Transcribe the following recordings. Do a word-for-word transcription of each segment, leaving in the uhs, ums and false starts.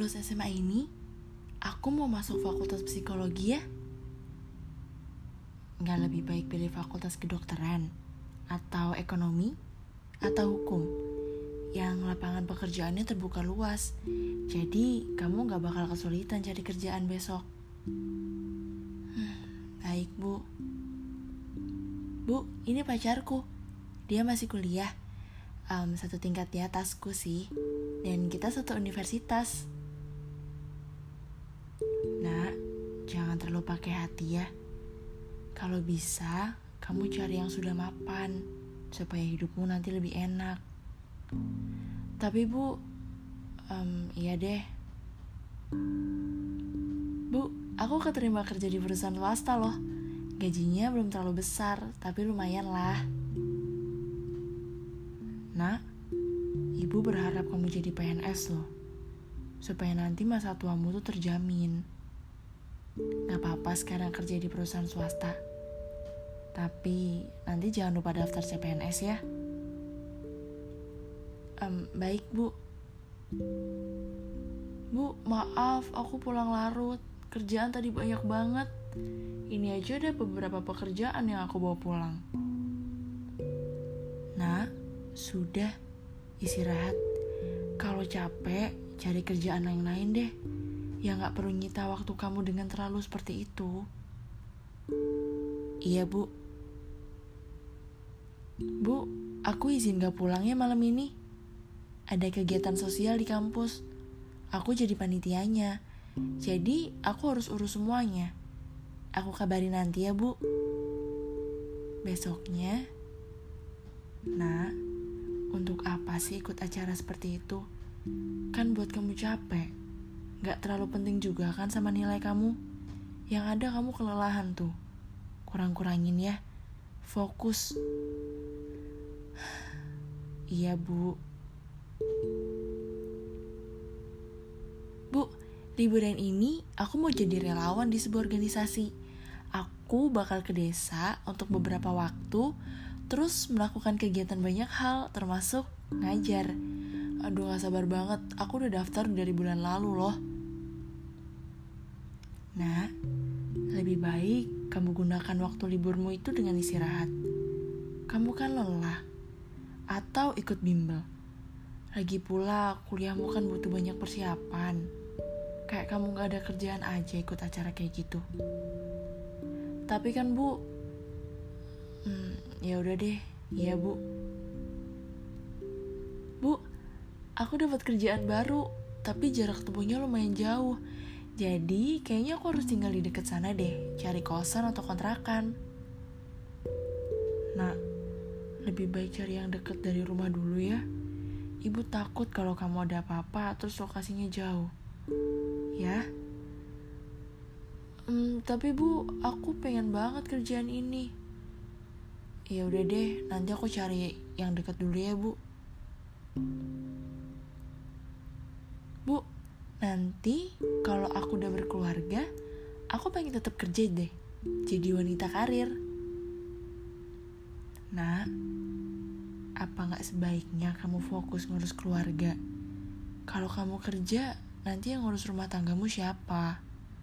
lulus S M A ini, aku mau masuk fakultas psikologi ya. Gak lebih baik pilih fakultas kedokteran, atau ekonomi, atau hukum, yang lapangan pekerjaannya terbuka luas. Jadi kamu gak bakal kesulitan cari kerjaan besok. hmm, Baik bu. Bu, ini pacarku. Dia masih kuliah, um, satu tingkat di atasku sih. Dan kita satu universitas. Nak, jangan terlalu pakai hati ya. Kalau bisa, kamu cari yang sudah mapan, supaya hidupmu nanti lebih enak. Tapi bu, um, iya deh. Bu, aku keterima kerja di perusahaan swasta loh. Gajinya belum terlalu besar, tapi lumayan lah. Nak, ibu berharap kamu jadi P N S loh, supaya nanti masa tuamu tuh terjamin. Gak apa-apa sekarang kerja di perusahaan swasta, tapi nanti jangan lupa daftar C P N S ya. um, Baik bu. Bu, maaf aku pulang larut. Kerjaan tadi banyak banget. Ini aja ada beberapa pekerjaan yang aku bawa pulang. Nak, sudah, istirahat. Kalau capek, cari kerjaan yang lain deh, yang gak perlu nyita waktu kamu dengan terlalu seperti itu. Iya bu. Bu, aku izin gak pulang ya malam ini. Ada kegiatan sosial di kampus. Aku jadi panitianya, jadi aku harus urus semuanya. Aku kabarin nanti ya bu. Besoknya. Nah, untuk apa sih ikut acara seperti itu? Kan buat kamu capek. Gak terlalu penting juga kan sama nilai kamu. Yang ada kamu kelelahan tuh. Kurang-kurangin ya. Fokus. Iya bu. Bu, liburan ini aku mau jadi relawan di sebuah organisasi. Aku bakal ke desa untuk beberapa waktu, terus melakukan kegiatan banyak hal, termasuk ngajar. Aduh, gak sabar banget. Aku udah daftar dari bulan lalu loh. Nah, lebih baik kamu gunakan waktu liburmu itu dengan istirahat. Kamu kan lelah. Atau ikut bimbel. Lagi pula kuliahmu kan butuh banyak persiapan. Kayak kamu gak ada kerjaan aja ikut acara kayak gitu. Tapi kan bu, hmm, ya udah deh, iya bu. Bu, aku dapat kerjaan baru, tapi jarak tempuhnya lumayan jauh. Jadi kayaknya aku harus tinggal di dekat sana deh, cari kosan atau kontrakan. Nah, lebih baik cari yang dekat dari rumah dulu ya. Ibu takut kalau kamu ada apa-apa terus lokasinya jauh. Ya. Hmm, tapi bu, aku pengen banget kerjaan ini. Ya udah deh, nanti aku cari yang dekat dulu ya bu. Bu, nanti kalau aku udah berkeluarga, aku pengen tetap kerja deh, jadi wanita karir. Nah, apa gak sebaiknya kamu fokus ngurus keluarga? Kalau kamu kerja, nanti yang ngurus rumah tanggamu siapa?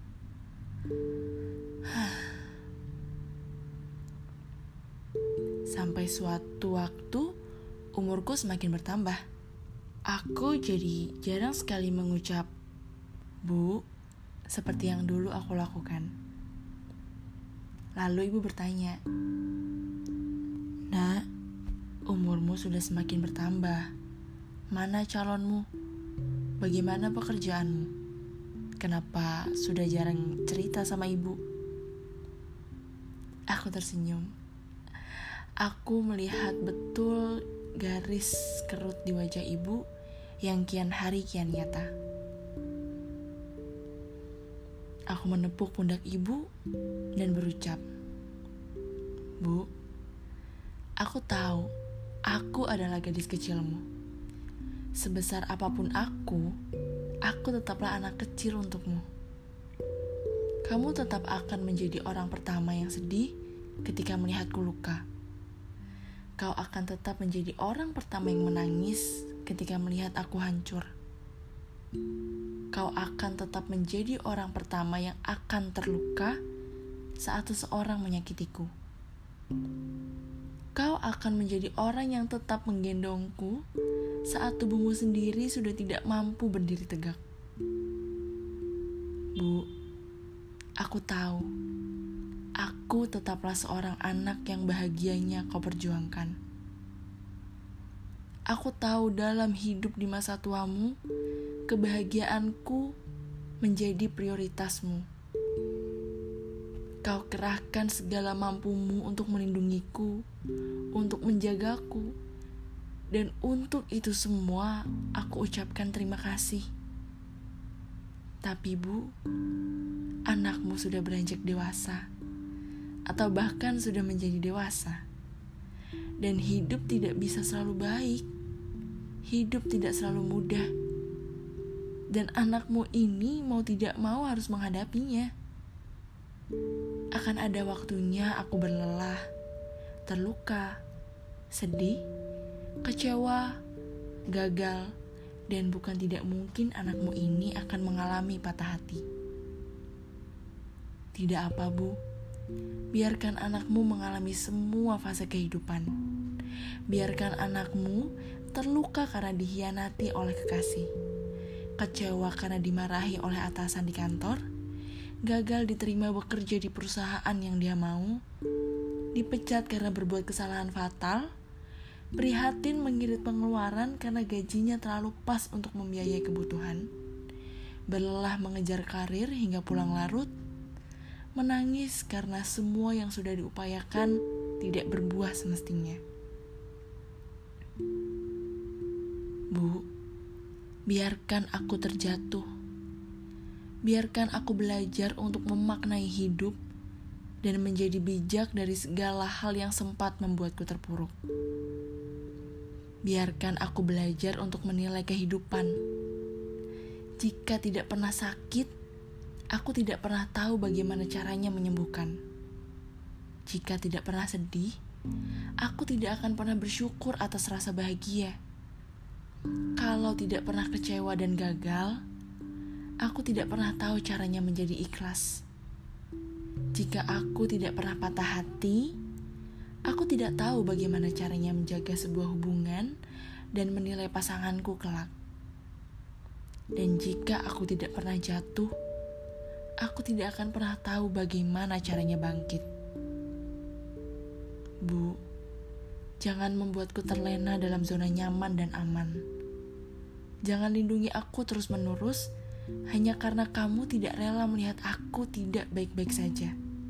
Sampai suatu waktu, umurku semakin bertambah. Aku jadi jarang sekali mengucap Bu, seperti yang dulu aku lakukan. Lalu ibu bertanya, Nak, umurmu sudah semakin bertambah. Mana calonmu? Bagaimana pekerjaanmu? Kenapa sudah jarang cerita sama ibu? Aku tersenyum. Aku melihat betul garis kerut di wajah ibu yang kian hari kian nyata. Aku menepuk pundak ibu dan berucap, Bu, aku tahu aku adalah gadis kecilmu. Sebesar apapun aku, aku tetaplah anak kecil untukmu. Kamu tetap akan menjadi orang pertama yang sedih ketika melihatku luka. Kau akan tetap menjadi orang pertama yang menangis ketika melihat aku hancur. kau akan tetap menjadi orang pertama yang akan terluka saat seseorang menyakitiku. Kau akan menjadi orang yang tetap menggendongku saat tubuhmu sendiri sudah tidak mampu berdiri tegak. Bu, aku tahu, aku tetaplah seorang anak yang bahagianya kau perjuangkan. Aku tahu dalam hidup di masa tuamu, kebahagiaanku menjadi prioritasmu. Kau kerahkan segala mampumu untuk melindungiku, untuk menjagaku, dan untuk itu semua aku ucapkan terima kasih. Tapi Bu, anakmu sudah beranjak dewasa, atau bahkan sudah menjadi dewasa. Dan hidup tidak bisa selalu baik, hidup tidak selalu mudah. Dan anakmu ini mau tidak mau harus menghadapinya. Akan ada waktunya aku berlelah, terluka, sedih, kecewa, gagal, dan bukan tidak mungkin anakmu ini akan mengalami patah hati. Tidak apa, Bu. Biarkan anakmu mengalami semua fase kehidupan. Biarkan anakmu terluka karena dikhianati oleh kekasih, kecewa karena dimarahi oleh atasan di kantor, gagal diterima bekerja di perusahaan yang dia mau, dipecat karena berbuat kesalahan fatal, prihatin mengirit pengeluaran karena gajinya terlalu pas untuk membiayai kebutuhan, berlelah mengejar karir hingga pulang larut, menangis karena semua yang sudah diupayakan tidak berbuah semestinya. Bu, biarkan aku terjatuh. Biarkan aku belajar untuk memaknai hidup dan menjadi bijak dari segala hal yang sempat membuatku terpuruk. Biarkan aku belajar untuk menilai kehidupan. Jika tidak pernah sakit, aku tidak pernah tahu bagaimana caranya menyembuhkan. Jika tidak pernah sedih, aku tidak akan pernah bersyukur atas rasa bahagia. Kalau tidak pernah kecewa dan gagal, aku tidak pernah tahu caranya menjadi ikhlas. Jika aku tidak pernah patah hati, aku tidak tahu bagaimana caranya menjaga sebuah hubungan dan menilai pasanganku kelak. Dan jika aku tidak pernah jatuh, aku tidak akan pernah tahu bagaimana caranya bangkit. Bu, jangan membuatku terlena dalam zona nyaman dan aman. Jangan lindungi aku terus-menerus hanya karena kamu tidak rela melihat aku tidak baik-baik saja.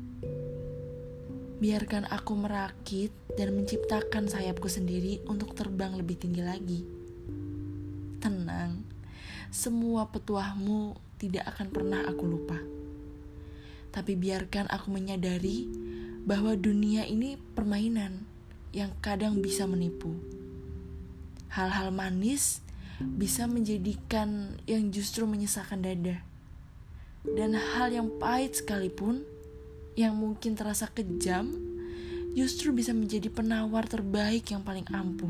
Biarkan aku merakit dan menciptakan sayapku sendiri untuk terbang lebih tinggi lagi. Tenang, semua petuahmu tidak akan pernah aku lupa. Tapi biarkan aku menyadari bahwa dunia ini permainan yang kadang bisa menipu. Hal-hal manis bisa menjadikan yang justru menyesakkan dada. Dan hal yang pahit sekalipun, yang mungkin terasa kejam, justru bisa menjadi penawar terbaik yang paling ampuh.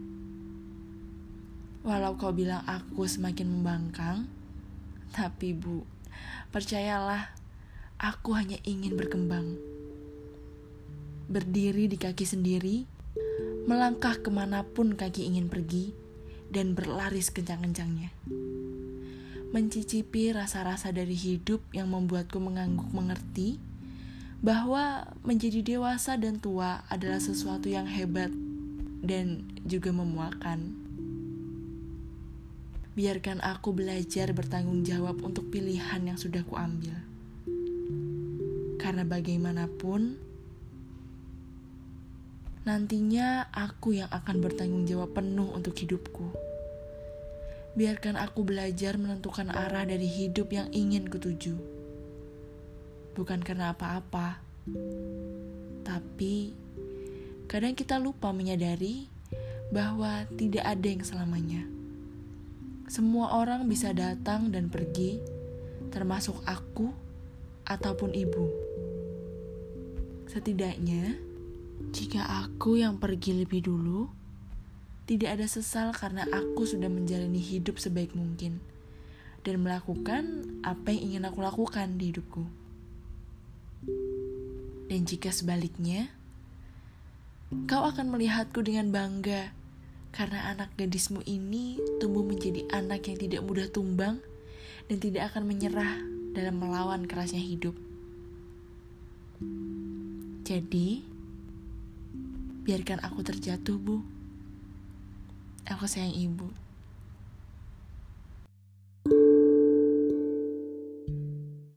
Walau kau bilang aku semakin membangkang, tapi Bu, percayalah, aku hanya ingin berkembang. Berdiri di kaki sendiri, melangkah kemanapun kaki ingin pergi, dan berlari sekencang-kencangnya. Mencicipi rasa-rasa dari hidup yang membuatku mengangguk mengerti bahwa menjadi dewasa dan tua adalah sesuatu yang hebat dan juga memuakan. Biarkan aku belajar bertanggung jawab untuk pilihan yang sudah kuambil. Karena bagaimanapun, nantinya aku yang akan bertanggung jawab penuh untuk hidupku. Biarkan aku belajar menentukan arah dari hidup yang ingin kutuju. Bukan karena apa-apa, tapi kadang kita lupa menyadari bahwa tidak ada yang selamanya. Semua orang bisa datang dan pergi, termasuk aku ataupun ibu. Setidaknya, jika aku yang pergi lebih dulu, tidak ada sesal karena aku sudah menjalani hidup sebaik mungkin dan melakukan apa yang ingin aku lakukan di hidupku. Dan jika sebaliknya, kau akan melihatku dengan bangga karena anak gadismu ini tumbuh menjadi anak yang tidak mudah tumbang dan tidak akan menyerah dalam melawan kerasnya hidup. Jadi, biarkan aku terjatuh, Bu. Aku sayang Ibu.